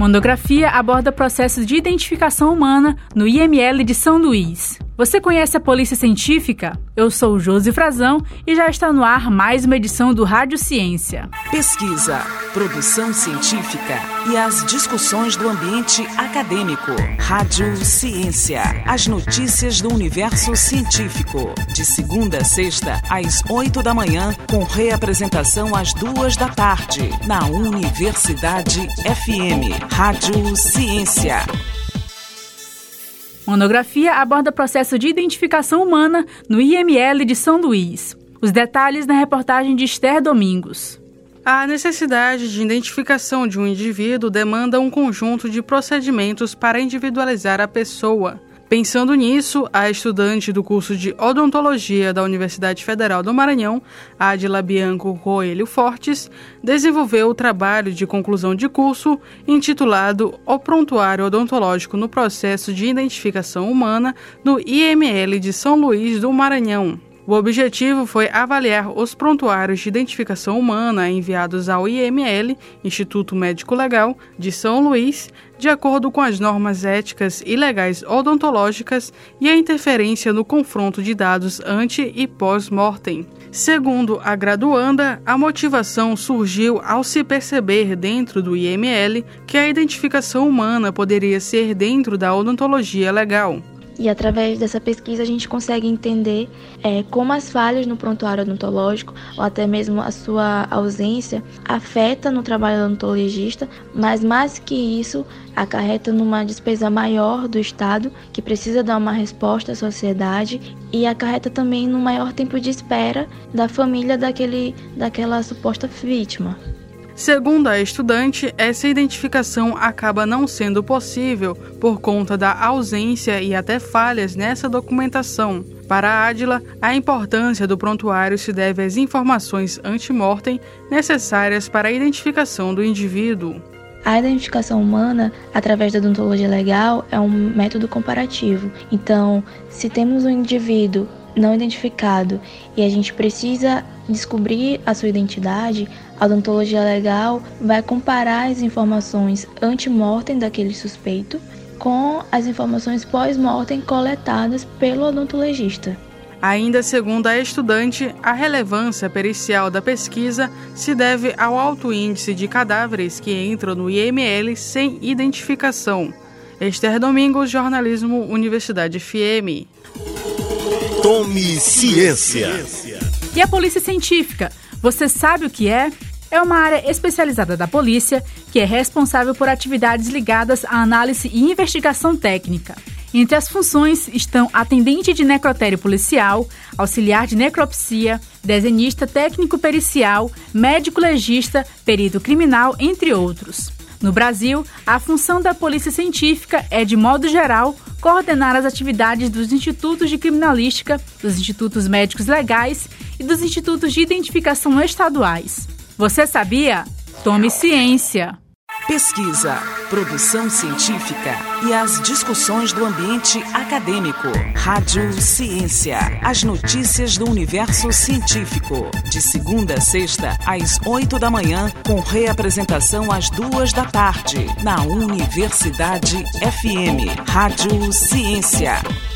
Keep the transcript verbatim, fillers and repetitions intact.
Monografia aborda processos de identificação humana no I M L de São Luís. Você conhece a Polícia Científica? Eu sou Josi Frazão e já está no ar mais uma edição do Rádio Ciência. Pesquisa, produção científica e as discussões do ambiente acadêmico. Rádio Ciência, as notícias do universo científico. De segunda a sexta, às oito da manhã, com reapresentação às duas da tarde, na Universidade F M. Rádio Ciência. Monografia aborda processo de identificação humana no I M L de São Luís. Os detalhes na reportagem de Esther Domingos. A necessidade de identificação de um indivíduo demanda um conjunto de procedimentos para individualizar a pessoa. Pensando nisso, a estudante do curso de Odontologia da Universidade Federal do Maranhão, Adila Bianco Coelho Fortes, desenvolveu o trabalho de conclusão de curso intitulado O Prontuário Odontológico no Processo de Identificação Humana no I M L de São Luís do Maranhão. O objetivo foi avaliar os prontuários de identificação humana enviados ao I M L, Instituto Médico Legal, de São Luís, de acordo com as normas éticas e legais odontológicas e a interferência no confronto de dados ante e pós-mortem. Segundo a graduanda, a motivação surgiu ao se perceber dentro do I M L que a identificação humana poderia ser dentro da odontologia legal. E através dessa pesquisa a gente consegue entender é, como as falhas no prontuário odontológico ou até mesmo a sua ausência afeta no trabalho odontologista, mas mais que isso acarreta numa despesa maior do Estado, que precisa dar uma resposta à sociedade, e acarreta também no maior tempo de espera da família daquele, daquela suposta vítima. Segundo a estudante, essa identificação acaba não sendo possível por conta da ausência e até falhas nessa documentação. Para a Adila, a importância do prontuário se deve às informações ante-mortem necessárias para a identificação do indivíduo. A identificação humana, através da odontologia legal, é um método comparativo. Então, se temos um indivíduo não identificado e a gente precisa descobrir a sua identidade, a odontologia legal vai comparar as informações ante-mortem daquele suspeito com as informações pós-mortem coletadas pelo odontologista. Ainda segundo a estudante, a relevância pericial da pesquisa se deve ao alto índice de cadáveres que entram no I M L sem identificação. Esther Domingos, Jornalismo, Universidade F M. Tome Ciência. E a Polícia Científica, você sabe o que é? É uma área especializada da polícia que é responsável por atividades ligadas à análise e investigação técnica. Entre as funções estão atendente de necrotério policial, auxiliar de necropsia, desenhista técnico-pericial, médico legista, perito criminal, entre outros. No Brasil, a função da Polícia Científica é, de modo geral, coordenar as atividades dos institutos de criminalística, dos institutos médicos legais e dos institutos de identificação estaduais. Você sabia? Tome ciência! Pesquisa, produção científica e as discussões do ambiente acadêmico. Rádio Ciência, as notícias do universo científico. De segunda a sexta, às oito da manhã, com reapresentação às duas da tarde, na Universidade F M. Rádio Ciência.